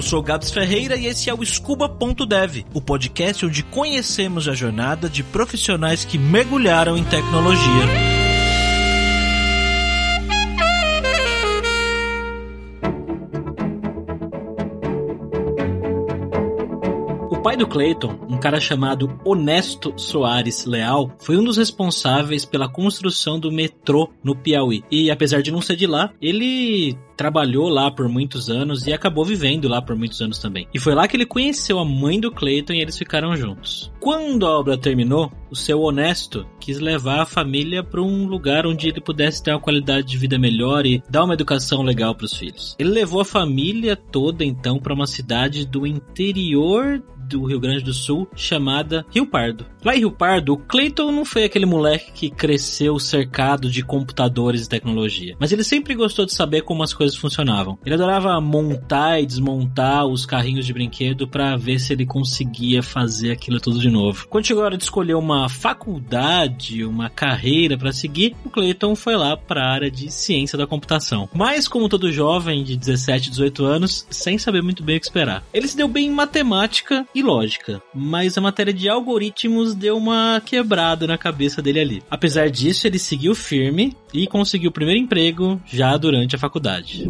sou o Gabs Ferreira e esse é o Scuba.dev, o podcast onde conhecemos a jornada de profissionais que mergulharam em tecnologia. O pai do Clayton, um cara chamado Honesto Soares Leal, foi um dos responsáveis pela construção do metrô no Piauí. E apesar de não ser de lá, ele trabalhou lá por muitos anos e acabou vivendo lá por muitos anos também. E foi lá que ele conheceu a mãe do Clayton e eles ficaram juntos. Quando a obra terminou, o seu Honesto quis levar a família para um lugar onde ele pudesse ter uma qualidade de vida melhor e dar uma educação legal para os filhos. Ele levou a família toda então para uma cidade do interior do Rio Grande do Sul, chamada Rio Pardo. Lá em Rio Pardo, o Clayton não foi aquele moleque que cresceu cercado de computadores e tecnologia, mas ele sempre gostou de saber como as coisas funcionavam. Ele adorava montar e desmontar os carrinhos de brinquedo para ver se ele conseguia fazer aquilo tudo de novo. Quando chegou a hora de escolher uma faculdade, uma carreira para seguir, o Clayton foi lá para a área de ciência da computação. Mas, como todo jovem de 17, 18 anos, sem saber muito bem o que esperar. Ele se deu bem em matemática e lógica, mas a matéria de algoritmos deu uma quebrada na cabeça dele ali. Apesar disso, ele seguiu firme e conseguiu o primeiro emprego já durante a faculdade.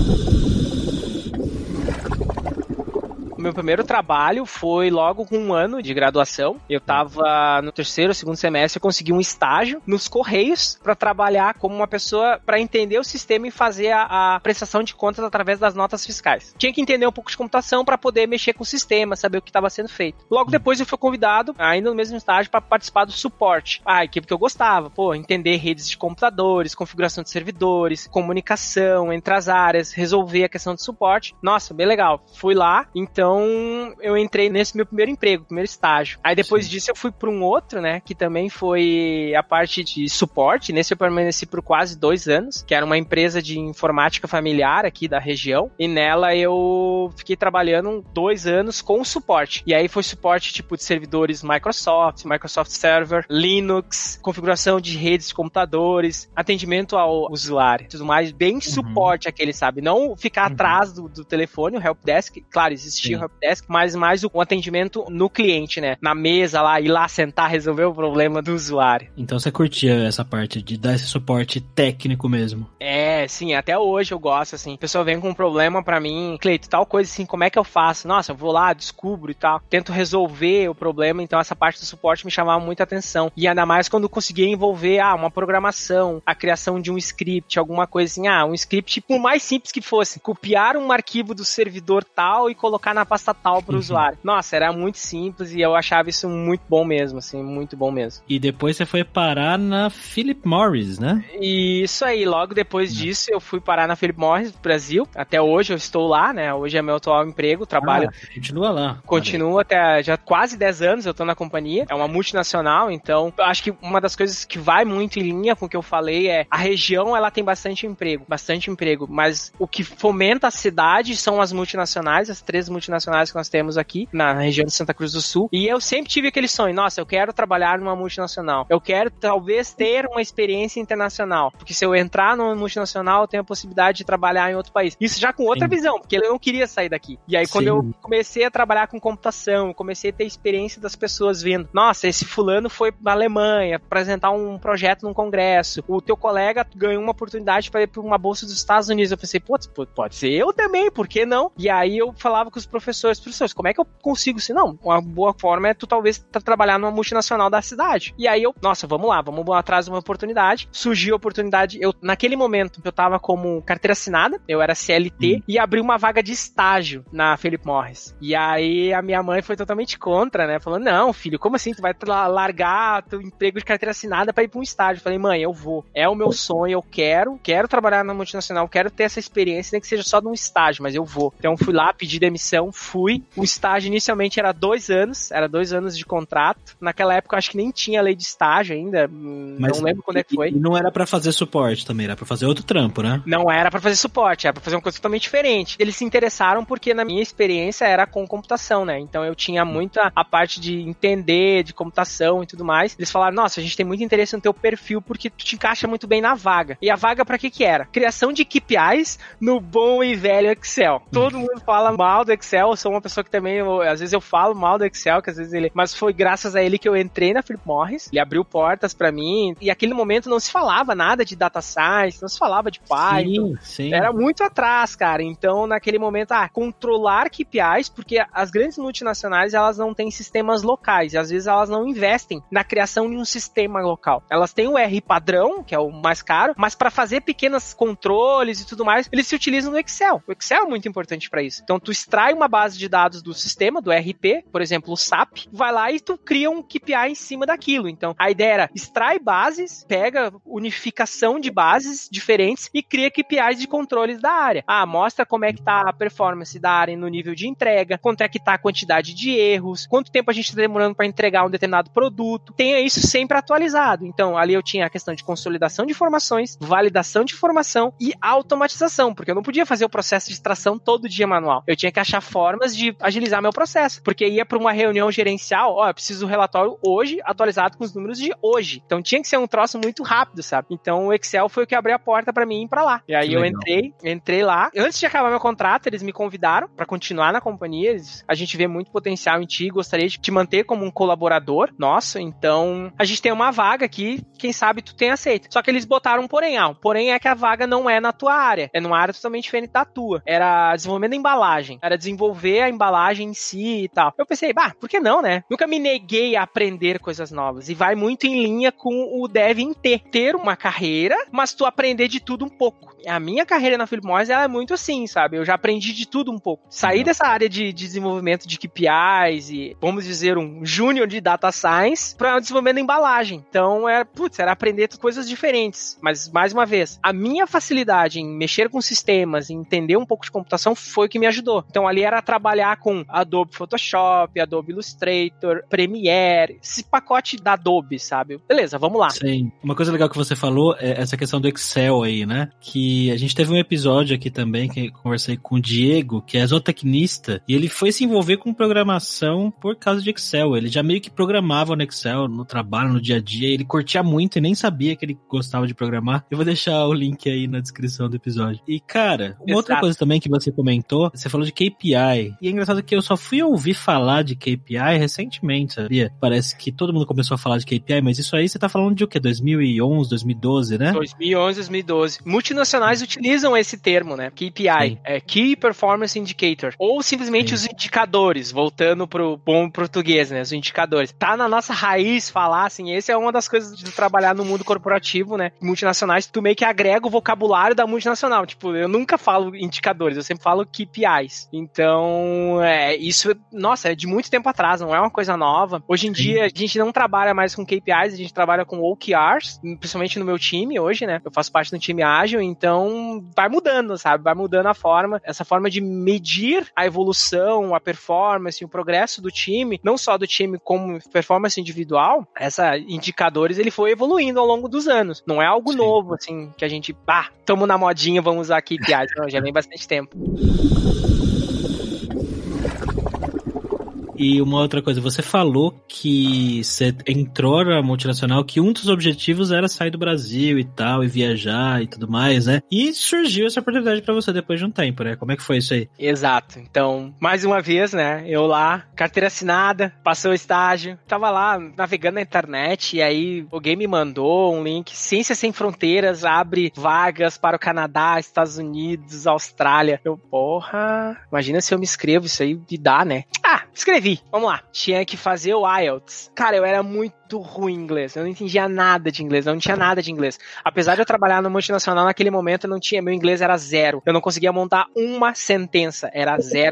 O meu primeiro trabalho foi logo com 1 ano de graduação. Eu tava no 3º ou 2º semestre, eu consegui um estágio nos Correios para trabalhar como uma pessoa para entender o sistema e fazer a prestação de contas através das notas fiscais. Tinha que entender um pouco de computação para poder mexer com o sistema, saber o que estava sendo feito. Logo depois eu fui convidado, ainda no mesmo estágio, para participar do suporte. A equipe que eu gostava, entender redes de computadores, configuração de servidores, comunicação entre as áreas, resolver a questão de suporte. Nossa, bem legal. Fui lá, então eu entrei nesse meu primeiro emprego, primeiro estágio. Aí depois disso eu fui para um outro, né, que também foi a parte de suporte. Nesse eu permaneci por quase 2 anos, que era uma empresa de informática familiar aqui da região, e nela eu fiquei trabalhando 2 anos com suporte. E aí foi suporte tipo de servidores Microsoft Server, Linux, configuração de redes de computadores, atendimento ao usuário, tudo mais, bem suporte aquele, sabe? Não ficar atrás do telefone, o helpdesk, claro, existia o helpdesk, mas mais o atendimento no cliente, né? Na mesa lá, ir lá sentar, resolver o problema do usuário. Então você curtia essa parte de dar esse suporte técnico mesmo? É, sim, até hoje eu gosto, assim. A pessoa vem com um problema pra mim, Cleito, tal coisa assim, como é que eu faço? Nossa, eu vou lá, descubro e tal, tento resolver o problema, então essa parte do suporte me chamava muita atenção. E ainda mais quando eu conseguia envolver, uma programação, a criação de um script, alguma coisa assim, um script, por mais simples que fosse, copiar um arquivo do servidor tal e colocar na pasta tal para o usuário. Nossa, era muito simples e eu achava isso muito bom mesmo, assim, muito bom mesmo. E depois você foi parar na Philip Morris, né? Isso aí, logo depois disso eu fui parar na Philip Morris do Brasil. Até hoje eu estou lá, né? Hoje é meu atual emprego, trabalho. Continua lá. Continuo até já quase 10 anos eu tô na companhia. É uma multinacional, então eu acho que uma das coisas que vai muito em linha com o que eu falei é a região, ela tem bastante emprego, mas o que fomenta a cidade são as multinacionais, as 3 multinacionais que nós temos aqui na região de Santa Cruz do Sul, e eu sempre tive aquele sonho, nossa, eu quero trabalhar numa multinacional, eu quero talvez ter uma experiência internacional, porque se eu entrar numa multinacional eu tenho a possibilidade de trabalhar em outro país, isso já com outra visão, porque eu não queria sair daqui, e aí quando eu comecei a trabalhar com computação, comecei a ter experiência das pessoas vendo, nossa, esse fulano foi pra Alemanha apresentar um projeto num congresso, o teu colega ganhou uma oportunidade para ir para uma bolsa dos Estados Unidos, eu pensei, pode ser eu também, por que não? E aí eu falava com os professores, como é que eu consigo isso? Não, uma boa forma é tu talvez trabalhar numa multinacional da cidade. E aí eu, nossa, vamos atrás de uma oportunidade. Surgiu a oportunidade, naquele momento eu tava como carteira assinada, eu era CLT, e abri uma vaga de estágio na Philip Morris. E aí a minha mãe foi totalmente contra, né? Falou, não, filho, como assim? Tu vai largar teu emprego de carteira assinada pra ir pra um estágio? Eu falei, mãe, eu vou. É o meu sonho, eu quero trabalhar na multinacional, quero ter essa experiência, nem que seja só num estágio, mas eu vou. Então fui lá, pedi demissão, fui. O estágio inicialmente era 2 anos, era 2 anos de contrato. Naquela época eu acho que nem tinha lei de estágio ainda, não lembro quando é que foi. E não era pra fazer suporte também, era pra fazer outro trampo, né? Não era pra fazer suporte, era pra fazer uma coisa totalmente diferente. Eles se interessaram porque na minha experiência era com computação, né? Então eu tinha muito a parte de entender, de computação e tudo mais. Eles falaram, nossa, a gente tem muito interesse no teu perfil porque tu te encaixa muito bem na vaga. E a vaga pra que era? Criação de KPIs no bom e velho Excel. Todo mundo fala mal do Excel, eu sou uma pessoa que também, às vezes eu falo mal do Excel, que às vezes ele... Mas foi graças a ele que eu entrei na Philip Morris, ele abriu portas pra mim, e aquele momento não se falava nada de data science, não se falava de Python. Sim. Era muito atrás, cara. Então, naquele momento, controlar KPIs, porque as grandes multinacionais, elas não têm sistemas locais, e às vezes elas não investem na criação de um sistema local. Elas têm o R padrão, que é o mais caro, mas para fazer pequenos controles e tudo mais, eles se utilizam no Excel. O Excel é muito importante para isso. Então, tu extrai uma base de dados do sistema, do RP, por exemplo, o SAP, vai lá e tu cria um KPI em cima daquilo. Então, a ideia era extrai bases, pega unificação de bases diferentes e cria KPIs de controles da área. Mostra como é que tá a performance da área no nível de entrega, quanto é que tá a quantidade de erros, quanto tempo a gente tá demorando para entregar um determinado produto. Tenha isso sempre atualizado. Então, ali eu tinha a questão de consolidação de informações, validação de informação e automatização, porque eu não podia fazer o processo de extração todo dia manual. Eu tinha que achar formas de agilizar meu processo, porque ia para uma reunião gerencial, eu preciso do relatório hoje, atualizado com os números de hoje. Então, tinha que ser um troço muito rápido, sabe? Então, o Excel foi o que abriu a porta para mim ir para lá. E aí eu entrei lá. Antes de acabar meu contrato, eles me convidaram para continuar na companhia. A gente vê muito potencial em ti, gostaria de te manter como um colaborador nosso. Então, a gente tem uma vaga aqui, quem sabe tu tem aceito. Só que eles botaram um porém. O porém é que a vaga não é na tua área, é numa área totalmente diferente da tua. Era desenvolvimento da embalagem, era desenvolver a embalagem em si e tal. Eu pensei, por que não, né? Nunca me neguei a aprender coisas novas. E vai muito em linha com o dev em ter uma carreira, mas tu aprender de tudo um pouco. A minha carreira na Philip Morris, ela é muito assim, sabe? Eu já aprendi de tudo um pouco. Saí dessa área de desenvolvimento de KPIs e, vamos dizer, um júnior de data science para desenvolvimento da embalagem. Então, era aprender coisas diferentes. Mas, mais uma vez, a minha facilidade em mexer com sistemas, em entender um pouco de computação, foi o que me ajudou. Então, ali era trabalhar com Adobe Photoshop, Adobe Illustrator, Premiere, esse pacote da Adobe, sabe? Beleza, vamos lá. Sim. Uma coisa legal que você falou é essa questão do Excel aí, né? Que a gente teve um episódio aqui também, que eu conversei com o Diego, que é zootecnista, e ele foi se envolver com programação por causa de Excel. Ele já meio que programava no Excel, no trabalho, no dia a dia, ele curtia muito e nem sabia que ele gostava de programar. Eu vou deixar o link aí na descrição do episódio. E, cara, uma outra coisa também que você comentou, você falou de KPI, e é engraçado que eu só fui ouvir falar de KPI recentemente, sabia? Parece que todo mundo começou a falar de KPI, mas isso aí você tá falando de o quê? 2011, 2012, né? 2011, 2012. Multinacionais utilizam esse termo, né? KPI, Key Performance Indicator, ou simplesmente os indicadores, voltando pro bom português, né? Os indicadores. Tá na nossa raiz falar, assim, esse é uma das coisas de trabalhar no mundo corporativo, né? Multinacionais, tu meio que agrega o vocabulário da multinacional. Tipo, eu nunca falo indicadores, eu sempre falo KPIs. Então, isso, nossa, é de muito tempo atrás, não é uma coisa nova. Hoje em dia, a gente não trabalha mais com KPIs, a gente trabalha com OKRs, principalmente no meu time hoje, né? Eu faço parte do time ágil, então vai mudando, sabe? Vai mudando a forma, essa forma de medir a evolução, a performance, o progresso do time, não só do time como performance individual, indicadores, ele foi evoluindo ao longo dos anos. Não é algo novo, assim, que a gente, tamo na modinha, vamos usar KPIs. Não, já vem bastante tempo. E uma outra coisa, você falou que você entrou na multinacional, que um dos objetivos era sair do Brasil e tal, e viajar e tudo mais, né? E surgiu essa oportunidade pra você depois de um tempo, né? Como é que foi isso aí? Exato. Então, mais uma vez, né? Eu lá, carteira assinada, passou o estágio, tava lá navegando na internet e aí alguém me mandou um link, Ciências Sem Fronteiras abre vagas para o Canadá, Estados Unidos, Austrália. Eu, imagina se eu me inscrevo, isso aí me dá, né? Escrevi. Vamos lá. Tinha que fazer o IELTS. Cara, eu era muito muito ruim em inglês. Eu não entendia nada de inglês, eu não tinha nada de inglês. Apesar de eu trabalhar no multinacional naquele momento, eu não tinha, meu inglês era 0. Eu não conseguia montar uma sentença, era 0.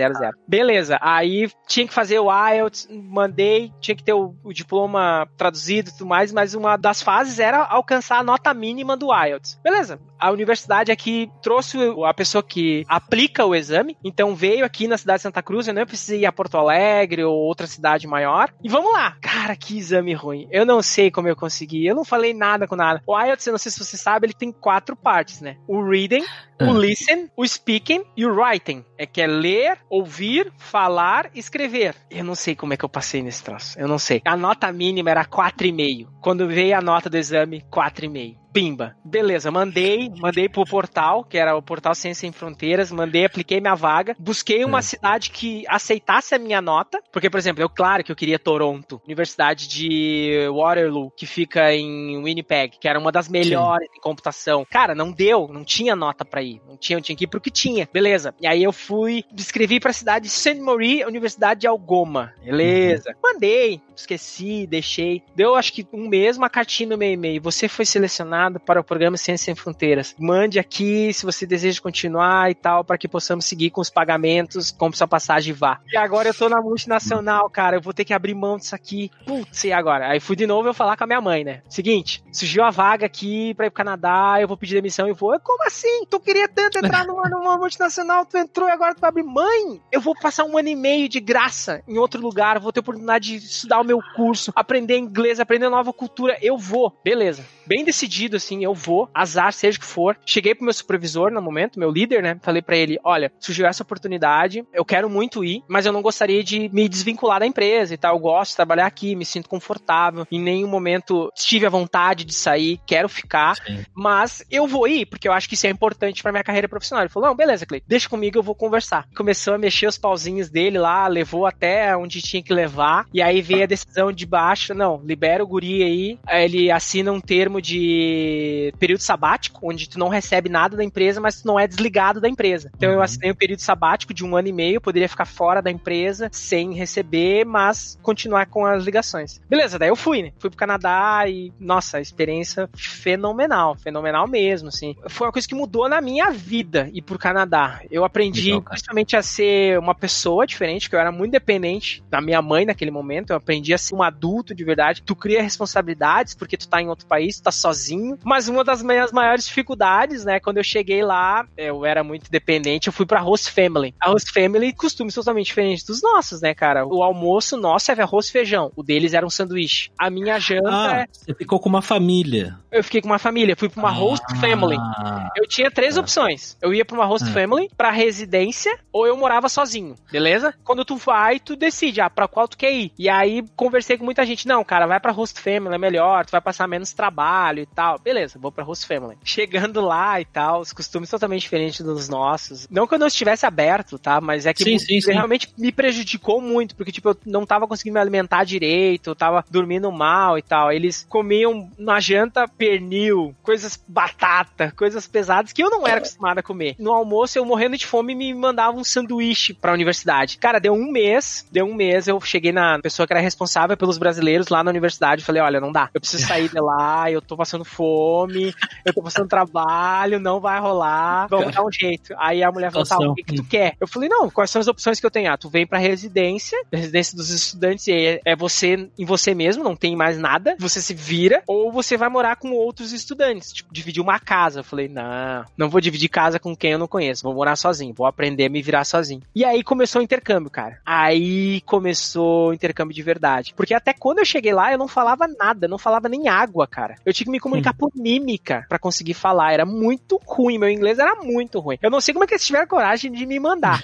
Beleza, aí tinha que fazer o IELTS, mandei, tinha que ter o diploma traduzido e tudo mais, mas uma das fases era alcançar a nota mínima do IELTS. Beleza, a universidade aqui trouxe a pessoa que aplica o exame, então veio aqui na cidade de Santa Cruz, eu não precisei ir a Porto Alegre ou outra cidade maior, e vamos lá. Cara, que exame ruim. Eu não sei como eu consegui, eu não falei nada com nada. O IELTS, eu não sei se você sabe, ele tem 4 partes, né? O reading, o listen, o speaking e o writing. Que é ler, ouvir, falar e escrever. Eu não sei como é que eu passei nesse troço. Eu não sei. A nota mínima era 4,5. Quando veio a nota do exame, 4,5. Pimba. Beleza, mandei pro portal, que era o portal Ciência Sem Fronteiras, apliquei minha vaga, busquei uma cidade que aceitasse a minha nota, porque, por exemplo, claro que eu queria Toronto, Universidade de Waterloo, que fica em Winnipeg, que era uma das melhores em computação. Cara, não deu, não tinha nota pra ir, eu tinha que ir pro que tinha. Beleza. E aí eu escrevi pra cidade de St. Marie, Universidade de Algoma. Beleza. Mandei, esqueci, deixei. Deu acho que um mês, uma cartinha no meu e-mail. Você foi selecionado para o programa Ciência Sem Fronteiras. Mande aqui se você deseja continuar e tal, para que possamos seguir com os pagamentos, compre sua passagem e vá. E agora eu tô na multinacional, cara, eu vou ter que abrir mão disso aqui. Putz, e agora? Aí fui de novo eu falar com a minha mãe, né? Seguinte, surgiu a vaga aqui pra ir pro Canadá, eu vou pedir demissão e vou. Como assim? Tu queria tanto entrar numa multinacional, tu entrou e agora tu vai abrir? Mãe, eu vou passar 1 ano e meio de graça em outro lugar, vou ter oportunidade de estudar o meu curso, aprender inglês, aprender nova cultura, eu vou. Beleza. Bem decidido, assim, eu vou, azar, seja o que for. Cheguei pro meu supervisor no momento, meu líder, né? Falei pra ele, olha, surgiu essa oportunidade, eu quero muito ir, mas eu não gostaria de me desvincular da empresa e tal. Eu gosto de trabalhar aqui, me sinto confortável, em nenhum momento tive a vontade de sair, quero ficar, mas eu vou ir, porque eu acho que isso é importante pra minha carreira profissional. Ele falou, não, beleza, Cleiton, deixa comigo, eu vou conversar. Começou a mexer os pauzinhos dele lá, levou até onde tinha que levar, e aí veio a decisão de baixo, não, libera o guri aí ele assina um termo de período sabático, onde tu não recebe nada da empresa, mas tu não é desligado da empresa. Então eu assinei um período sabático de 1 ano e meio, eu poderia ficar fora da empresa sem receber, mas continuar com as ligações. Beleza, daí eu fui, né? Fui pro Canadá e, nossa, a experiência fenomenal mesmo, assim. Foi uma coisa que mudou na minha vida ir pro Canadá. Eu aprendi principalmente a ser uma pessoa diferente, que eu era muito dependente da minha mãe naquele momento, eu aprendi a ser um adulto de verdade. Tu cria responsabilidades porque tu tá em outro país, tu tá sozinho, mas uma das minhas maiores dificuldades, né, quando eu cheguei lá, eu era muito dependente, eu fui pra host family. A host family, costumes totalmente diferentes dos nossos, né, cara? O almoço nosso é arroz e feijão, o deles era um sanduíche. A minha janta você ficou com uma família. Eu fiquei com uma família, fui pra uma host family. Eu tinha 3 opções. Eu ia pra uma host family, pra residência, ou eu morava sozinho, beleza? Quando tu vai, tu decide, pra qual tu quer ir. E aí, conversei com muita gente, não, cara, vai pra host family, é melhor, tu vai passar menos trabalho e tal. Beleza, vou pra host family. Chegando lá e tal, os costumes totalmente diferentes dos nossos. Não que eu não estivesse aberto, tá? Mas é que realmente me prejudicou muito, porque, tipo, eu não tava conseguindo me alimentar direito, eu tava dormindo mal e tal. Eles comiam na janta pernil, batata, coisas pesadas que eu não era acostumado a comer. No almoço, eu morrendo de fome, me mandava um sanduíche pra universidade. Cara, deu um mês, eu cheguei na pessoa que era responsável pelos brasileiros lá na universidade, falei, olha, não dá, eu preciso sair de lá, eu tô passando fome, eu tô passando trabalho, não vai rolar, vamos dar um jeito. Aí a mulher falou, tá, o que tu quer? Eu falei, não, quais são as opções que eu tenho? Tu vem pra residência dos estudantes, e é você em você mesmo, não tem mais nada, você se vira, ou você vai morar com outros estudantes, tipo, dividir uma casa. Eu falei, não vou dividir casa com quem eu não conheço, vou morar sozinho, vou aprender a me virar sozinho. E aí começou o intercâmbio, cara. Aí começou o intercâmbio de verdade. Porque até quando eu cheguei lá, eu não falava nada, não falava nem água, cara. Eu tinha que me comunicar por mímica pra conseguir falar. Era muito ruim, meu inglês era muito ruim. Eu não sei como é que eles tiveram coragem de me mandar.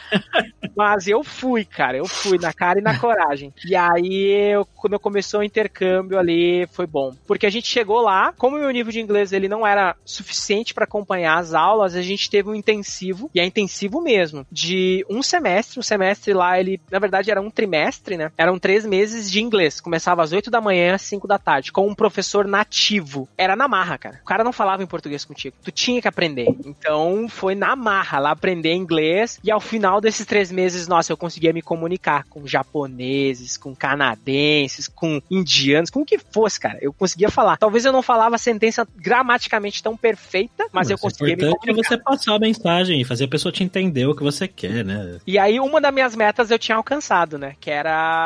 Mas eu fui, cara. Eu fui na cara e na coragem. E aí, quando começou o intercâmbio ali, foi bom. Porque a gente chegou lá, como o meu nível de inglês ele não era suficiente pra acompanhar as aulas, a gente teve um intensivo, e é intensivo mesmo, de um semestre. O semestre lá, ele, na verdade, era um trimestre, né? Eram 3 meses de inglês. Começava às 8 da manhã às 5 da tarde, com um professor nativo. Era na marra. marra, cara. O cara não falava em português contigo. Tu tinha que aprender. Então, foi na marra lá aprender inglês. E ao final desses 3 meses, nossa, eu conseguia me comunicar com japoneses, com canadenses, com indianos, com o que fosse, cara. Eu conseguia falar. Talvez eu não falava a sentença gramaticamente tão perfeita, mas eu conseguia me comunicar. O importante é você passar a mensagem e fazer a pessoa te entender o que você quer, né? E aí, uma das minhas metas eu tinha alcançado, né? Que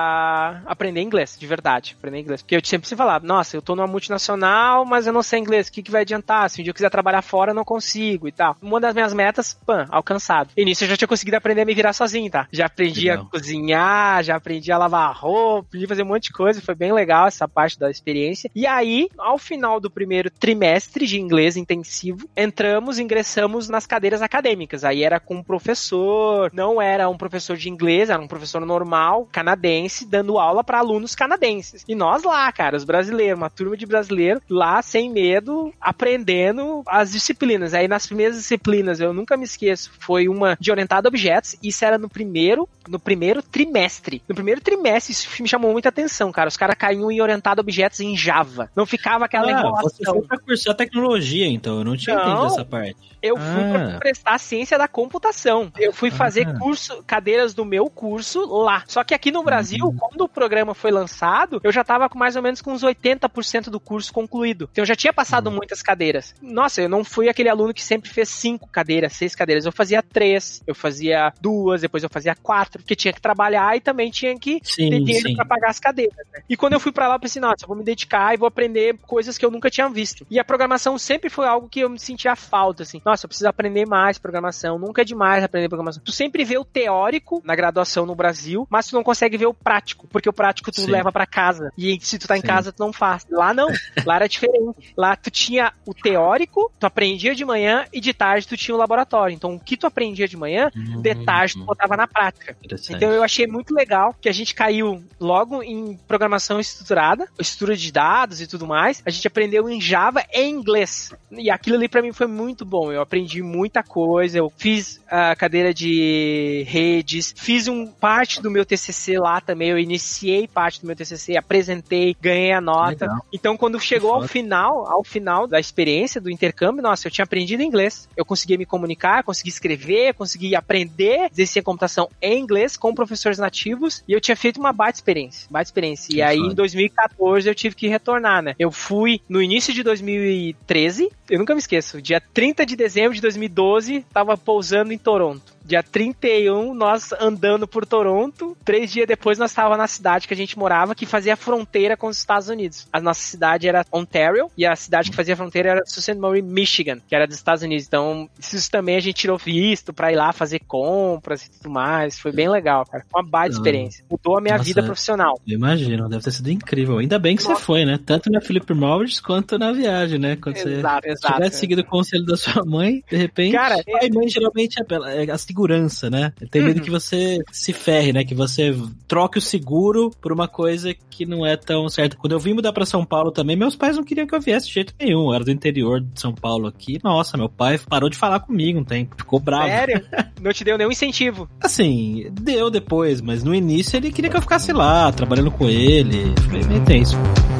era aprender inglês, de verdade. Aprender inglês. Porque eu sempre se falava, nossa, eu tô numa multinacional, mas eu não sei inglês. O que vai adiantar? Se um dia eu quiser trabalhar fora, eu não consigo e tal. Uma das minhas metas, alcançado. E nisso eu já tinha conseguido aprender a me virar sozinho, tá? Já aprendi a cozinhar, já aprendi a lavar roupa, aprendi a fazer um monte de coisa. Foi bem legal essa parte da experiência. E aí, ao final do primeiro trimestre de inglês intensivo, ingressamos nas cadeiras acadêmicas. Aí era com um professor, não era um professor de inglês, era um professor normal, canadense, dando aula para alunos canadenses. E nós lá, cara, os brasileiros, uma turma de brasileiros, lá sem medo, aprendendo as disciplinas. Aí nas primeiras disciplinas, eu nunca me esqueço, foi uma de orientado a objetos, isso era no primeiro trimestre. No primeiro trimestre, isso me chamou muita atenção, cara. Os caras caíam em orientado a objetos em Java. Não ficava aquela enrolação. Você foi pra cursar tecnologia, então. Eu não tinha entendido essa parte. Eu fui pra prestar ciência da computação. Eu fui fazer cadeiras do meu curso lá. Só que aqui no Brasil, quando o programa foi lançado, eu já tava com mais ou menos com uns 80% do curso concluído. Então eu já tinha passado muitas cadeiras. Nossa, eu não fui aquele aluno que sempre fez 5 cadeiras, 6 cadeiras. Eu fazia 3, eu fazia 2, depois eu fazia 4, porque tinha que trabalhar e também tinha que ter dinheiro pra pagar as cadeiras, né? E quando eu fui pra lá, eu pensei, nossa, eu vou me dedicar e vou aprender coisas que eu nunca tinha visto. E a programação sempre foi algo que eu me sentia falta, assim. Nossa, eu preciso aprender mais programação, nunca é demais aprender programação. Tu sempre vê o teórico na graduação no Brasil, mas tu não consegue ver o prático, porque o prático tu leva pra casa. E se tu tá em casa, tu não faz. Lá não. Lá era diferente. Lá tu tinha o teórico, tu aprendia de manhã e de tarde tu tinha o laboratório. Então o que tu aprendia de manhã, de tarde tu botava na prática. Então eu achei muito legal que a gente caiu logo em programação estruturada, estrutura de dados e tudo mais. A gente aprendeu em Java e inglês. E aquilo ali pra mim foi muito bom. Eu aprendi muita coisa. Eu fiz a cadeira de redes, fiz parte do meu TCC lá também. Eu iniciei parte do meu TCC, apresentei, ganhei a nota. Legal. Então quando chegou ao final da experiência do intercâmbio, nossa, eu tinha aprendido inglês. Eu conseguia me comunicar, consegui escrever, consegui aprender, exercer computação em inglês com professores nativos e eu tinha feito uma baita experiência. E aí em 2014 eu tive que retornar, né? Eu fui no início de 2013, eu nunca me esqueço, dia 30 de dezembro de 2012, tava pousando em Toronto. Dia 31, nós andando por Toronto. 3 dias depois, nós estávamos na cidade que a gente morava, que fazia fronteira com os Estados Unidos. A nossa cidade era Ontario, e a cidade que fazia fronteira era Sault Ste. Marie, Michigan, que era dos Estados Unidos. Então, isso também a gente tirou visto pra ir lá fazer compras e tudo mais. Foi bem legal, cara. Uma baita experiência. Mudou a minha vida profissional. Eu imagino, deve ter sido incrível. Ainda bem que você foi, né? Tanto na Philip Morris quanto na viagem, né? Quando você tivesse seguido o conselho da sua mãe, de repente... Cara, a mãe geralmente é a segurança, né? Tem medo que você se ferre, né? Que você troque o seguro por uma coisa que não é tão certa. Quando eu vim mudar pra São Paulo também, meus pais não queriam que eu viesse de jeito nenhum. Eu era do interior de São Paulo aqui. Nossa, meu pai parou de falar comigo um tempo. Ficou bravo. Sério? Não te deu nenhum incentivo? Assim, deu depois, mas no início ele queria que eu ficasse lá, trabalhando com ele. Foi meio tenso.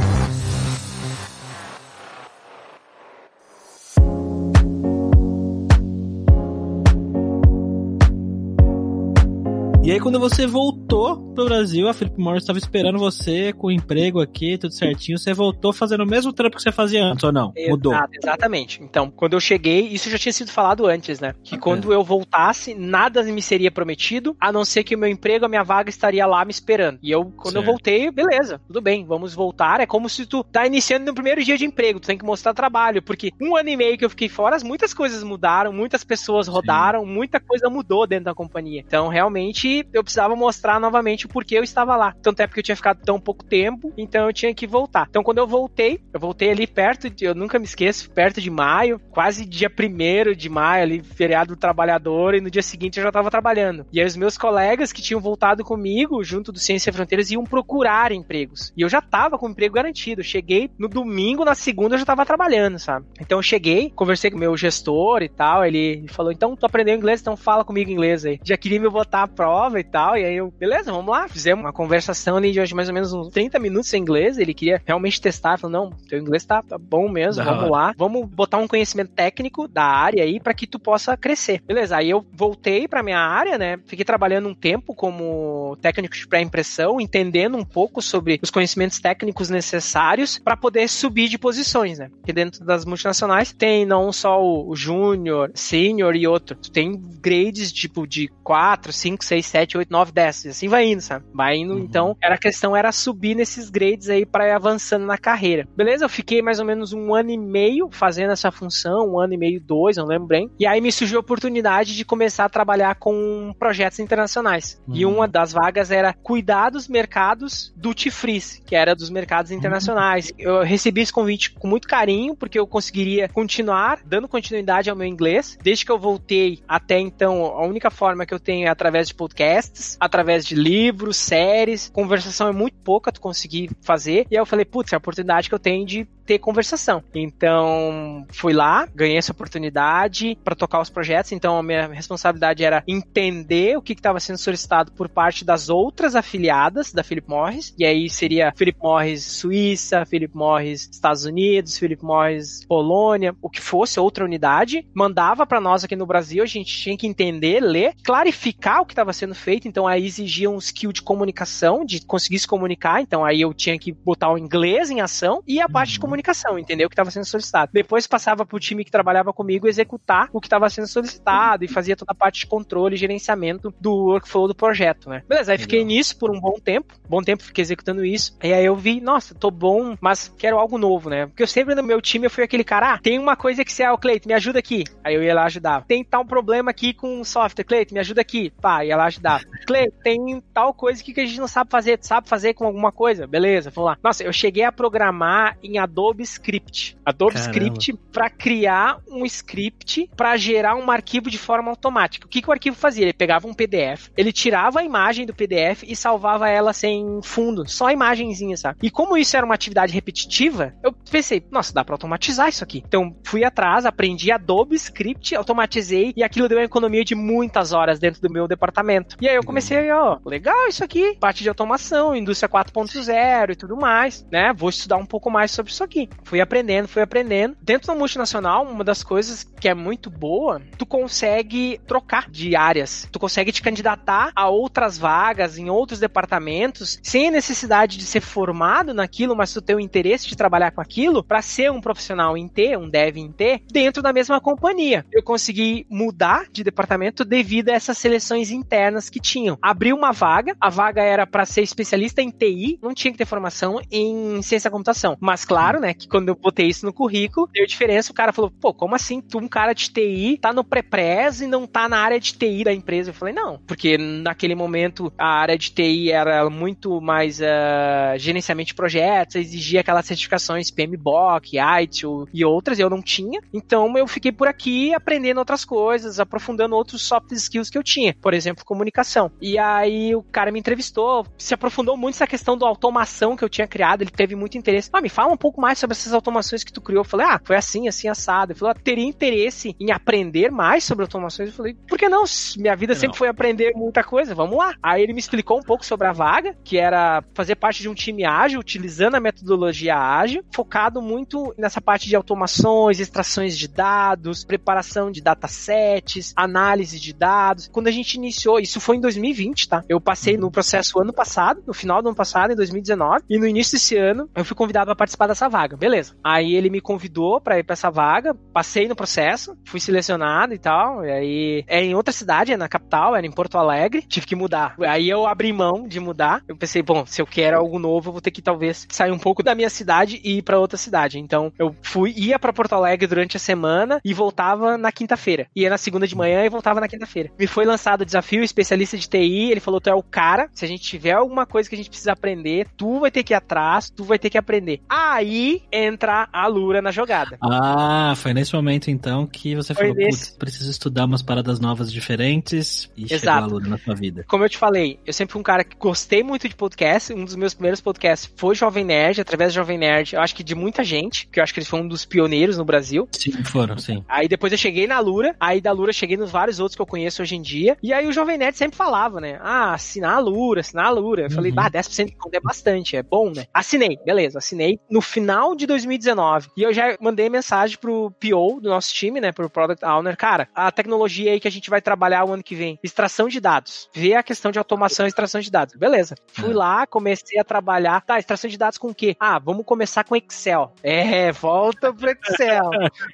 E aí quando você voltou pro Brasil, a Philip Morris estava esperando você com o emprego aqui, tudo certinho, você voltou fazendo o mesmo trampo que você fazia antes, ou não? Mudou? Exatamente. Então, quando eu cheguei, isso já tinha sido falado antes, né? Que quando eu voltasse, nada me seria prometido, a não ser que o meu emprego, a minha vaga estaria lá me esperando. E quando eu voltei, beleza, tudo bem, vamos voltar. É como se tu tá iniciando no primeiro dia de emprego, tu tem que mostrar trabalho, porque 1 ano e meio que eu fiquei fora, muitas coisas mudaram, muitas pessoas rodaram, muita coisa mudou dentro da companhia. Então, realmente, eu precisava mostrar novamente o porquê eu estava lá. Tanto é porque eu tinha ficado tão pouco tempo, então eu tinha que voltar. Então quando eu voltei ali eu nunca me esqueço, perto de maio, quase dia 1º de maio, ali, feriado do trabalhador, e no dia seguinte eu já estava trabalhando. E aí os meus colegas que tinham voltado comigo, junto do Ciência Sem Fronteiras, iam procurar empregos. E eu já estava com o emprego garantido. Eu cheguei no domingo, na segunda eu já estava trabalhando, sabe? Então eu cheguei, conversei com o meu gestor e tal, ele falou, então tu aprendeu inglês, então fala comigo em inglês aí. Já queria me botar à prova e tal, e aí eu, beleza. beleza, vamos lá. Fizemos uma conversação ali de mais ou menos uns 30 minutos em inglês. Ele queria realmente testar. Falou, não, teu inglês tá bom mesmo, vamos lá. Vamos botar um conhecimento técnico da área aí pra que tu possa crescer. Beleza, aí eu voltei pra minha área, né? Fiquei trabalhando um tempo como técnico de pré-impressão, entendendo um pouco sobre os conhecimentos técnicos necessários pra poder subir de posições, né? Porque dentro das multinacionais tem não só o júnior, sênior e outro. Tu tem grades tipo de 4, 5, 6, 7, 8, 9, 10. E assim vai indo, sabe? Vai indo, então, a questão era subir nesses grades aí pra ir avançando na carreira. Beleza? Eu fiquei mais ou menos 1 ano e meio fazendo essa função, 1 ano e meio, 2, não lembro bem. E aí me surgiu a oportunidade de começar a trabalhar com projetos internacionais. E uma das vagas era cuidar dos mercados duty free, que era dos mercados internacionais. Eu recebi esse convite com muito carinho, porque eu conseguiria continuar dando continuidade ao meu inglês. Desde que eu voltei até então, a única forma que eu tenho é através de podcasts, através de livros, séries. Conversação é muito pouca tu conseguir fazer. E aí eu falei, putz, é a oportunidade que eu tenho de ter conversação. Então, fui lá, ganhei essa oportunidade para tocar os projetos. Então, a minha responsabilidade era entender o que estava sendo solicitado por parte das outras afiliadas da Philip Morris. E aí seria Philip Morris Suíça, Philip Morris Estados Unidos, Philip Morris Polônia, o que fosse outra unidade. Mandava para nós aqui no Brasil, a gente tinha que entender, ler, clarificar o que estava sendo feito. Então, aí exigia um skill de comunicação, de conseguir se comunicar. Então, aí eu tinha que botar o inglês em ação e a parte de comunicação, entender o que estava sendo solicitado. Depois passava pro time que trabalhava comigo executar o que estava sendo solicitado e fazia toda a parte de controle e gerenciamento do workflow do projeto, né? Beleza, aí fiquei nisso por um bom tempo fiquei executando isso, e aí eu vi, nossa, tô bom, mas quero algo novo, né? Porque eu sempre no meu time eu fui aquele cara, tem uma coisa que você, Cleiton, me ajuda aqui. Aí eu ia lá ajudar. Tem tal problema aqui com o software, Cleiton, me ajuda aqui. Pá, ia lá ajudar. Cleiton, tem tal coisa aqui que a gente não sabe fazer, tu sabe fazer com alguma coisa? Beleza, vamos lá. Nossa, eu cheguei a programar em Adobe Script. Adobe Script pra criar um script pra gerar um arquivo de forma automática. O que o arquivo fazia? Ele pegava um PDF, ele tirava a imagem do PDF e salvava ela sem fundo, só a imagenzinha, sabe? E como isso era uma atividade repetitiva, eu pensei, nossa, dá pra automatizar isso aqui. Então, fui atrás, aprendi Adobe Script, automatizei e aquilo deu uma economia de muitas horas dentro do meu departamento. E aí eu comecei, legal isso aqui, parte de automação, indústria 4.0 e tudo mais, né? Vou estudar um pouco mais sobre isso aqui. Fui aprendendo. Dentro da multinacional, uma das coisas que é muito boa, tu consegue trocar de áreas. Tu consegue te candidatar a outras vagas em outros departamentos sem a necessidade de ser formado naquilo, mas tu ter o interesse de trabalhar com aquilo para ser um profissional em T, um dev em T, dentro da mesma companhia. Eu consegui mudar de departamento devido a essas seleções internas que tinham. Abri uma vaga, a vaga era para ser especialista em TI, não tinha que ter formação em ciência da computação. Mas claro, né, que quando eu botei isso no currículo, deu diferença, o cara falou, pô, como assim? Tu, um cara de TI, tá no pré-pres e não tá na área de TI da empresa? Eu falei, não, porque naquele momento a área de TI era muito mais gerenciamento de projetos, exigia aquelas certificações PMBOK, ITIL e outras, eu não tinha, então eu fiquei por aqui aprendendo outras coisas, aprofundando outros soft skills que eu tinha, por exemplo, comunicação. E aí o cara me entrevistou, se aprofundou muito nessa questão da automação que eu tinha criado, ele teve muito interesse. Me fala um pouco mais sobre essas automações que tu criou. Eu falei, foi assim, assado. Ele falou, teria interesse em aprender mais sobre automações? Eu falei, por que não? Minha vida sempre foi aprender muita coisa, vamos lá. Aí ele me explicou um pouco sobre a vaga, que era fazer parte de um time ágil, utilizando a metodologia ágil, focado muito nessa parte de automações, extrações de dados, preparação de datasets, análise de dados. Quando a gente iniciou, isso foi em 2020, tá? Eu passei no processo ano passado, no final do ano passado, em 2019, e no início desse ano, eu fui convidado para participar dessa vaga, beleza. Aí ele me convidou para ir para essa vaga, passei no processo, fui selecionado e tal, e aí é em outra cidade, é na capital, era em Porto Alegre, tive que mudar. Aí eu abri mão de mudar, eu pensei, bom, se eu quero algo novo, eu vou ter que talvez sair um pouco da minha cidade e ir para outra cidade. Então eu ia para Porto Alegre durante a semana e voltava na quinta-feira. Ia na segunda de manhã e voltava na quinta-feira. Me foi lançado o desafio, especialista de TI, ele falou, tu é o cara, se a gente tiver alguma coisa que a gente precisa aprender, tu vai ter que ir atrás, tu vai ter que aprender. Aí entra a Lura na jogada. Foi nesse momento então que você falou, putz, preciso estudar umas paradas novas diferentes e chegou a Lura na sua vida. Como eu te falei, eu sempre fui um cara que gostei muito de podcast, um dos meus primeiros podcasts foi Jovem Nerd, através do Jovem Nerd, eu acho que de muita gente, que eu acho que eles foram um dos pioneiros no Brasil. Sim, foram, sim. Aí depois eu cheguei na Lura, aí da Lura cheguei nos vários outros que eu conheço hoje em dia, e aí o Jovem Nerd sempre falava, né, assinar a Alura. Eu falei, 10% de conta é bastante, é bom, né? Assinei no final de 2019. E eu já mandei mensagem pro PO do nosso time, né, pro Product Owner, cara, a tecnologia aí que a gente vai trabalhar o ano que vem, extração de dados, ver a questão de automação e extração de dados. Beleza. Fui lá, comecei a trabalhar. Tá, extração de dados com o quê? Vamos começar com Excel. Volta pro Excel.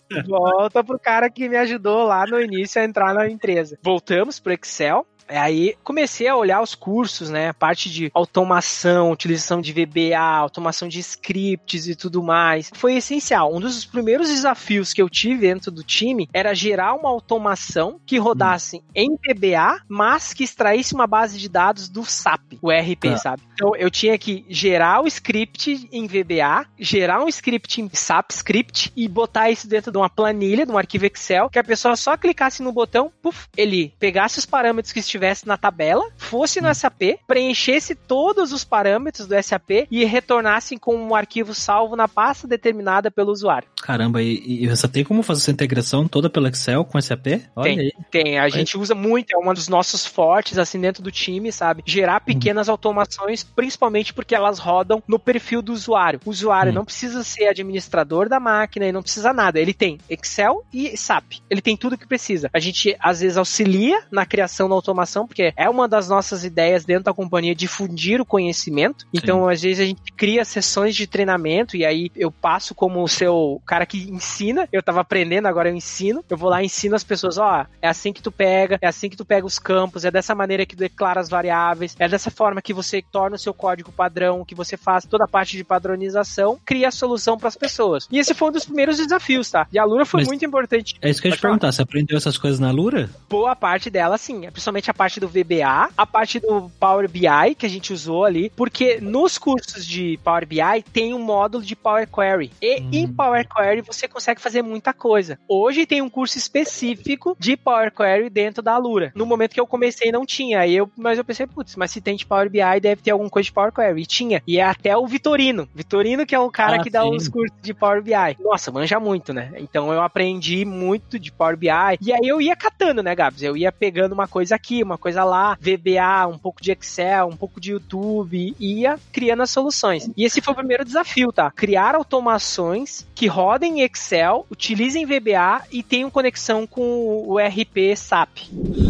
Volta pro cara que me ajudou lá no início a entrar na empresa. Voltamos pro Excel. Aí comecei a olhar os cursos, né, a parte de automação, utilização de VBA, automação de scripts e tudo mais. Foi essencial. Um dos primeiros desafios que eu tive dentro do time era gerar uma automação que rodasse em VBA, mas que extraísse uma base de dados do SAP, o ERP, sabe? Então eu tinha que gerar o script em VBA, gerar um script em SAP Script e botar isso dentro de uma planilha, de um arquivo Excel, que a pessoa só clicasse no botão, ele pegasse os parâmetros que estivesse na tabela, fosse no SAP, preenchesse todos os parâmetros do SAP e retornasse com um arquivo salvo na pasta determinada pelo usuário. Caramba, e você tem como fazer essa integração toda pelo Excel com SAP? Tem. A gente usa muito, é um dos nossos fortes, assim, dentro do time, sabe? Gerar pequenas automações, principalmente porque elas rodam no perfil do usuário. O usuário não precisa ser administrador da máquina e não precisa nada. Ele tem Excel e SAP. Ele tem tudo que precisa. A gente, às vezes, auxilia na criação da automação, porque é uma das nossas ideias dentro da companhia difundir o conhecimento. Então, às vezes, a gente cria sessões de treinamento e aí eu passo como o seu cara que ensina. Eu tava aprendendo, agora eu ensino. Eu vou lá e ensino as pessoas, é assim que tu pega os campos, é dessa maneira que tu declara as variáveis, é dessa forma que você torna o seu código padrão, que você faz toda a parte de padronização, cria a solução para as pessoas. E esse foi um dos primeiros desafios, tá? E a Alura foi muito importante. É isso que eu ia te perguntar, você aprendeu essas coisas na Alura? Boa parte dela, sim. Principalmente a parte do VBA, a parte do Power BI que a gente usou ali, porque nos cursos de Power BI tem um módulo de Power Query. E em Power Query você consegue fazer muita coisa. Hoje tem um curso específico de Power Query dentro da Alura. No momento que eu comecei não tinha, mas eu pensei, mas se tem de Power BI deve ter alguma coisa de Power Query. E tinha. E é até o Vitorino. Vitorino que é o cara que dá os cursos de Power BI. Nossa, manja muito, né? Então eu aprendi muito de Power BI. E aí eu ia catando, né, Gabs? Eu ia pegando uma coisa aqui, uma coisa lá, VBA, um pouco de Excel, um pouco de YouTube, ia criando as soluções. E esse foi o primeiro desafio, tá? Criar automações que rodem em Excel, utilizem VBA e tenham conexão com o ERP SAP.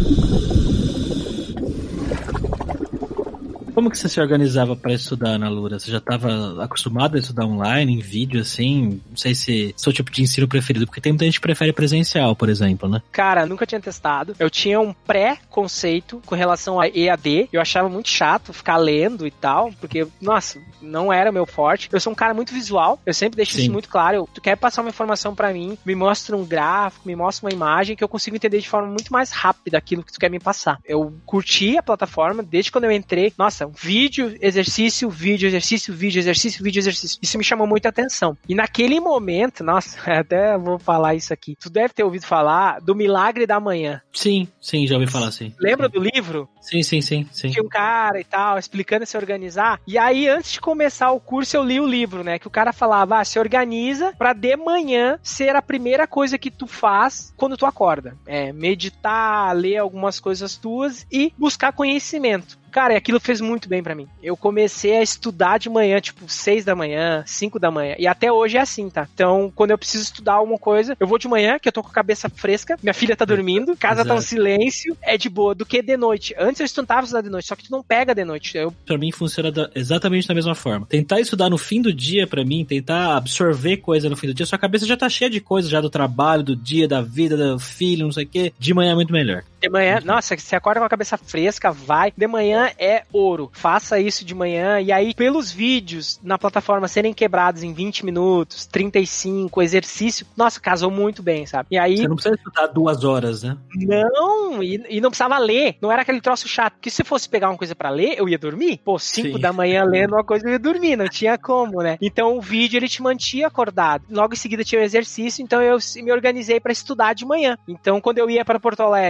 Como que você se organizava para estudar na Alura? Você já estava acostumado a estudar online, em vídeo, assim? Não sei se é o tipo de ensino preferido, porque tem muita gente que prefere presencial, por exemplo, né? Cara, nunca tinha testado. Eu tinha um pré-conceito com relação a EAD. Eu achava muito chato ficar lendo e tal, porque, nossa, não era meu forte. Eu sou um cara muito visual, eu sempre deixo isso muito claro. Tu quer passar uma informação para mim, me mostra um gráfico, me mostra uma imagem que eu consigo entender de forma muito mais rápida aquilo que tu quer me passar. Eu curti a plataforma desde quando eu entrei. Nossa, vídeo, exercício, vídeo, exercício, vídeo, exercício, vídeo, exercício. Isso me chamou muita atenção. E naquele momento, nossa, até vou falar isso aqui. Tu deve ter ouvido falar do Milagre da Manhã. Sim, já ouvi falar, sim. Lembra do livro? Sim. Tinha um cara e tal, explicando se organizar. E aí, antes de começar o curso, eu li o livro, né? Que o cara falava, se organiza pra de manhã ser a primeira coisa que tu faz quando tu acorda. Meditar, ler algumas coisas tuas e buscar conhecimento. Cara, e aquilo fez muito bem pra mim. Eu comecei a estudar de manhã, tipo 6 da manhã, 5 da manhã. E até hoje é assim, tá? Então, quando eu preciso estudar alguma coisa, eu vou de manhã, que eu tô com a cabeça fresca, minha filha tá dormindo, casa tá um silêncio, é de boa, do que de noite. Antes eu tentava estudar de noite, só que tu não pega de noite. Pra mim funciona exatamente da mesma forma. Tentar estudar no fim do dia, pra mim, tentar absorver coisa no fim do dia, sua cabeça já tá cheia de coisa, já do trabalho, do dia, da vida, do filho, não sei o quê. De manhã é muito melhor. De manhã, nossa, você acorda com a cabeça fresca, vai. De manhã é ouro. Faça isso de manhã. E aí, pelos vídeos na plataforma serem quebrados em 20 minutos, 35, exercício, nossa, casou muito bem, sabe? E aí... Você não precisa estudar 2 horas, né? Não, e não precisava ler. Não era aquele troço chato. Porque se fosse pegar uma coisa pra ler, eu ia dormir. 5 da manhã lendo uma coisa, eu ia dormir. Não tinha como, né? Então, o vídeo, ele te mantinha acordado. Logo em seguida tinha o exercício, então eu me organizei pra estudar de manhã. Então, quando eu ia pra Porto Alegre, eu acordava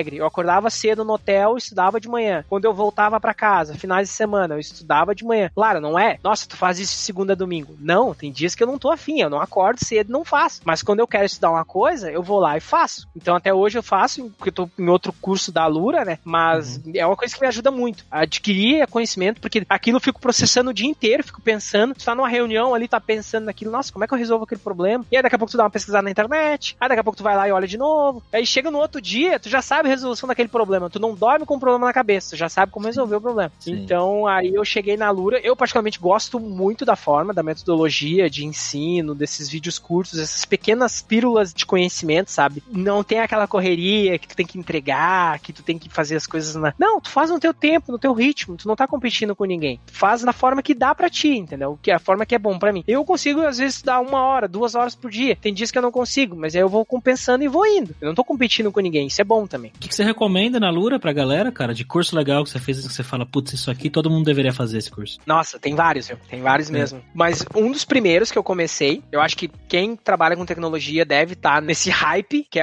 acordava cedo no hotel, eu estudava de manhã. Quando eu voltava pra casa, finais de semana, eu estudava de manhã. Claro, não é, nossa, tu faz isso segunda a domingo. Não, tem dias que eu não tô afim, eu não acordo cedo, não faço. Mas quando eu quero estudar uma coisa, eu vou lá e faço. Então até hoje eu faço, porque eu tô em outro curso da Alura, né? Mas é uma coisa que me ajuda muito a adquirir conhecimento, porque aquilo eu fico processando o dia inteiro, fico pensando, tu tá numa reunião ali, tá pensando naquilo, nossa, como é que eu resolvo aquele problema? E aí daqui a pouco tu dá uma pesquisada na internet, aí daqui a pouco tu vai lá e olha de novo, aí chega no outro dia, tu já sabe a resolução daquele problema, tu não dorme com o problema na cabeça, tu já sabe como resolver o problema. Sim. Então aí eu cheguei na Alura, eu particularmente gosto muito da forma, da metodologia de ensino, desses vídeos curtos, essas pequenas pílulas de conhecimento, sabe? Não tem aquela correria que tu tem que entregar, que tu tem que fazer as coisas na... Não, tu faz no teu tempo, no teu ritmo, tu não tá competindo com ninguém. Tu faz na forma que dá pra ti, entendeu? Que é a forma que é bom pra mim. Eu consigo, às vezes, estudar 1 hora, 2 horas por dia. Tem dias que eu não consigo, mas aí eu vou compensando e vou indo. Eu não tô competindo com ninguém, isso é bom também. O que você recomenda na Alura pra galera, cara? De curso legal que você fez, que você fala, putz, isso aqui todo mundo deveria fazer esse curso. Nossa, tem vários, viu? Tem vários mesmo. Mas um dos primeiros que eu comecei, eu acho que quem trabalha com tecnologia deve estar nesse hype, que é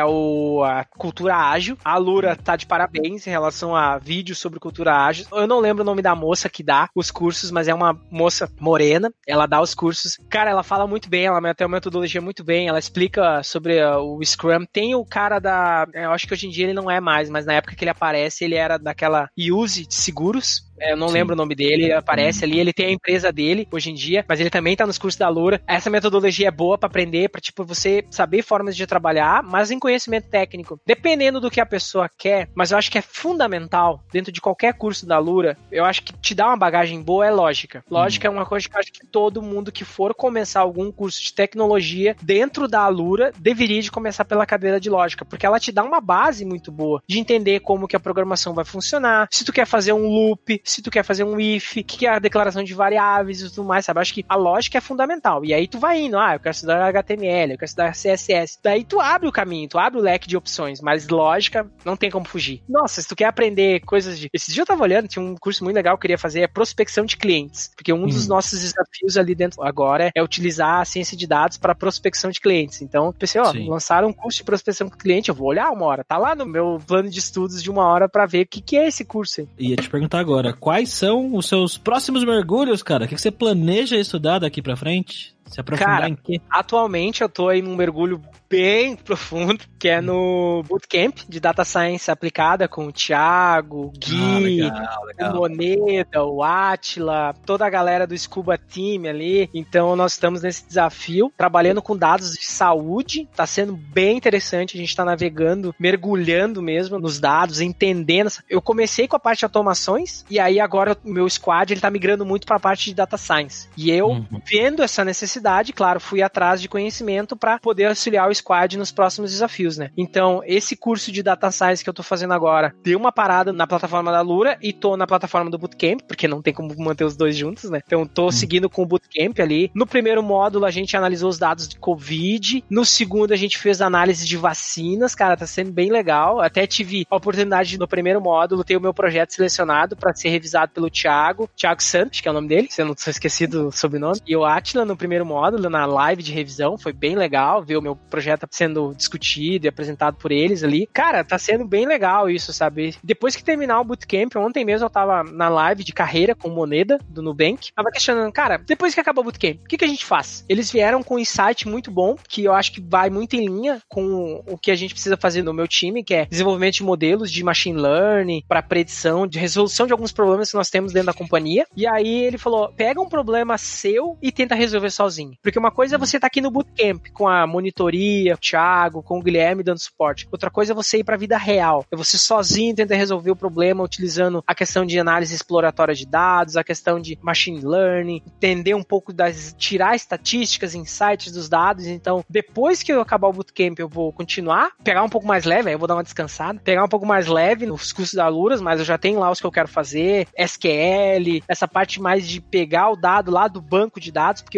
a cultura ágil. A Alura tá de parabéns em relação a vídeos sobre cultura ágil. Eu não lembro o nome da moça que dá os cursos, mas é uma moça morena. Ela dá os cursos. Cara, ela fala muito bem, ela tem uma metodologia muito bem, ela explica sobre o Scrum. Tem o cara eu acho que hoje em dia ele não é mais, mas na época que ele aparece, ele era daquela Use de seguros. Eu não lembro o nome dele, ele aparece ali, ele tem a empresa dele hoje em dia, mas ele também tá nos cursos da Alura. Essa metodologia é boa pra aprender, pra tipo, você saber formas de trabalhar, mas em conhecimento técnico, dependendo do que a pessoa quer, mas eu acho que é fundamental, dentro de qualquer curso da Alura, eu acho que te dá uma bagagem boa é lógica. Lógica é uma coisa que eu acho que todo mundo que for começar algum curso de tecnologia dentro da Alura, deveria de começar pela cadeira de lógica, porque ela te dá uma base muito boa de entender como que a programação vai funcionar, se tu quer fazer um loop, se tu quer fazer um if, o que é a declaração de variáveis e tudo mais, sabe? Acho que a lógica é fundamental. E aí tu vai indo, eu quero estudar HTML, eu quero estudar CSS. Daí tu abre o caminho, tu abre o leque de opções, mas lógica não tem como fugir. Nossa, se tu quer aprender coisas de... Esses dias eu tava olhando, tinha um curso muito legal que eu queria fazer, é prospecção de clientes. Porque um dos nossos desafios ali dentro agora é utilizar a ciência de dados para prospecção de clientes. Então, pensei, lançaram um curso de prospecção com cliente, eu vou olhar 1 hora. Tá lá no meu plano de estudos de 1 hora para ver o que é esse curso aí. Ia te perguntar agora, quais são os seus próximos mergulhos, cara? O que você planeja estudar daqui pra frente? Se aprofundar em quê? Atualmente eu tô em um mergulho bem profundo, que é no Bootcamp de Data Science aplicada com o Thiago, o Gui, o Moneda, o Átila, toda a galera do Scuba Team ali. Então nós estamos nesse desafio, trabalhando com dados de saúde. Tá sendo bem interessante, a gente tá navegando, mergulhando mesmo nos dados, entendendo. Eu comecei com a parte de automações, e aí agora o meu squad ele tá migrando muito pra parte de Data Science. E eu, vendo essa necessidade, claro, fui atrás de conhecimento para poder auxiliar o squad nos próximos desafios, né? Então, esse curso de Data Science que eu tô fazendo agora, deu uma parada na plataforma da Alura e tô na plataforma do Bootcamp, porque não tem como manter os dois juntos, né? Então, tô seguindo com o Bootcamp ali. No primeiro módulo, a gente analisou os dados de Covid. No segundo, a gente fez análise de vacinas. Cara, tá sendo bem legal. Até tive a oportunidade no primeiro módulo ter o meu projeto selecionado para ser revisado pelo Thiago Santos, que é o nome dele, se eu não tô esquecido o sobrenome. E o Átila no primeiro módulo, na live de revisão. Foi bem legal ver o meu projeto sendo discutido e apresentado por eles ali. Cara, tá sendo bem legal isso, sabe? Depois que terminar o Bootcamp, ontem mesmo eu tava na live de carreira com o Moneda, do Nubank. Tava questionando, cara, depois que acabou o Bootcamp, o que a gente faz? Eles vieram com um insight muito bom, que eu acho que vai muito em linha com o que a gente precisa fazer no meu time, que é desenvolvimento de modelos de machine learning para predição, de resolução de alguns problemas que nós temos dentro da companhia. E aí ele falou, pega um problema seu e tenta resolver sozinho. Porque uma coisa é você estar aqui no Bootcamp com a monitoria, o Thiago, com o Guilherme dando suporte. Outra coisa é você ir pra vida real. É você sozinho tentar resolver o problema utilizando a questão de análise exploratória de dados, a questão de machine learning, entender um pouco tirar estatísticas, insights dos dados. Então, depois que eu acabar o Bootcamp, eu vou continuar, pegar um pouco mais leve, aí eu vou dar uma descansada, pegar um pouco mais leve nos cursos da Alura, mas eu já tenho lá os que eu quero fazer, SQL, essa parte mais de pegar o dado lá do banco de dados, porque hoje a gente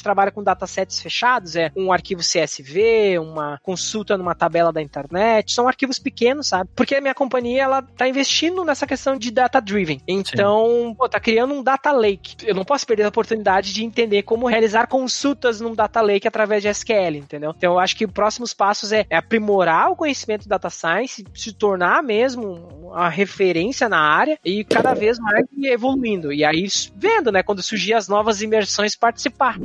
trabalha com datasets fechados, um arquivo CSV, uma consulta numa tabela da internet, são arquivos pequenos, sabe? Porque a minha companhia, ela tá investindo nessa questão de data-driven. Então, tá criando um data lake. Eu não posso perder a oportunidade de entender como realizar consultas num data lake através de SQL, entendeu? Então, eu acho que os próximos passos é aprimorar o conhecimento de data science, se tornar mesmo a referência na área e cada vez mais evoluindo. E aí, vendo, né, quando surgir as novas imersões, participar.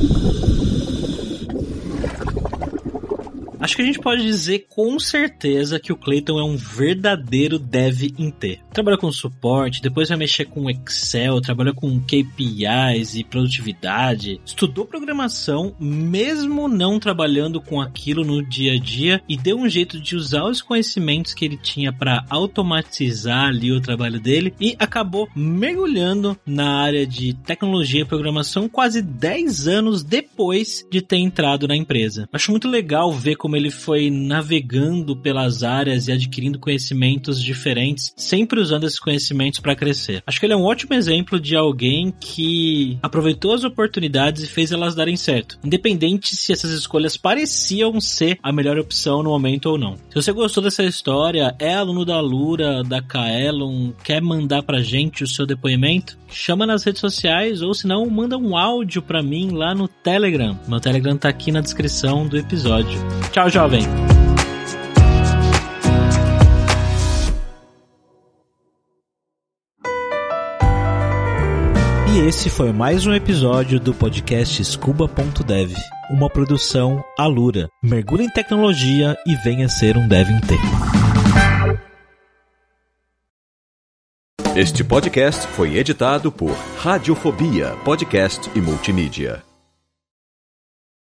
Acho que a gente pode dizer com certeza que o Clayton é um verdadeiro dev in T. Trabalha com suporte, depois vai mexer com Excel, trabalha com KPIs e produtividade. Estudou programação, mesmo não trabalhando com aquilo no dia a dia, e deu um jeito de usar os conhecimentos que ele tinha para automatizar ali o trabalho dele, e acabou mergulhando na área de tecnologia e programação quase 10 anos depois de ter entrado na empresa. Acho muito legal ver como ele foi navegando pelas áreas e adquirindo conhecimentos diferentes, sempre usando esses conhecimentos para crescer. Acho que ele é um ótimo exemplo de alguém que aproveitou as oportunidades e fez elas darem certo, independente se essas escolhas pareciam ser a melhor opção no momento ou não. Se você gostou dessa história, é aluno da Alura, da Kaelon, quer mandar pra gente o seu depoimento? Chama nas redes sociais ou se não, manda um áudio pra mim lá no Telegram. Meu Telegram tá aqui na descrição do episódio. Tchau, jovem! E esse foi mais um episódio do podcast Scuba.dev, uma produção Alura. Mergulhe em tecnologia e venha ser um Dev in T. Este podcast foi editado por Radiofobia, podcast e multimídia.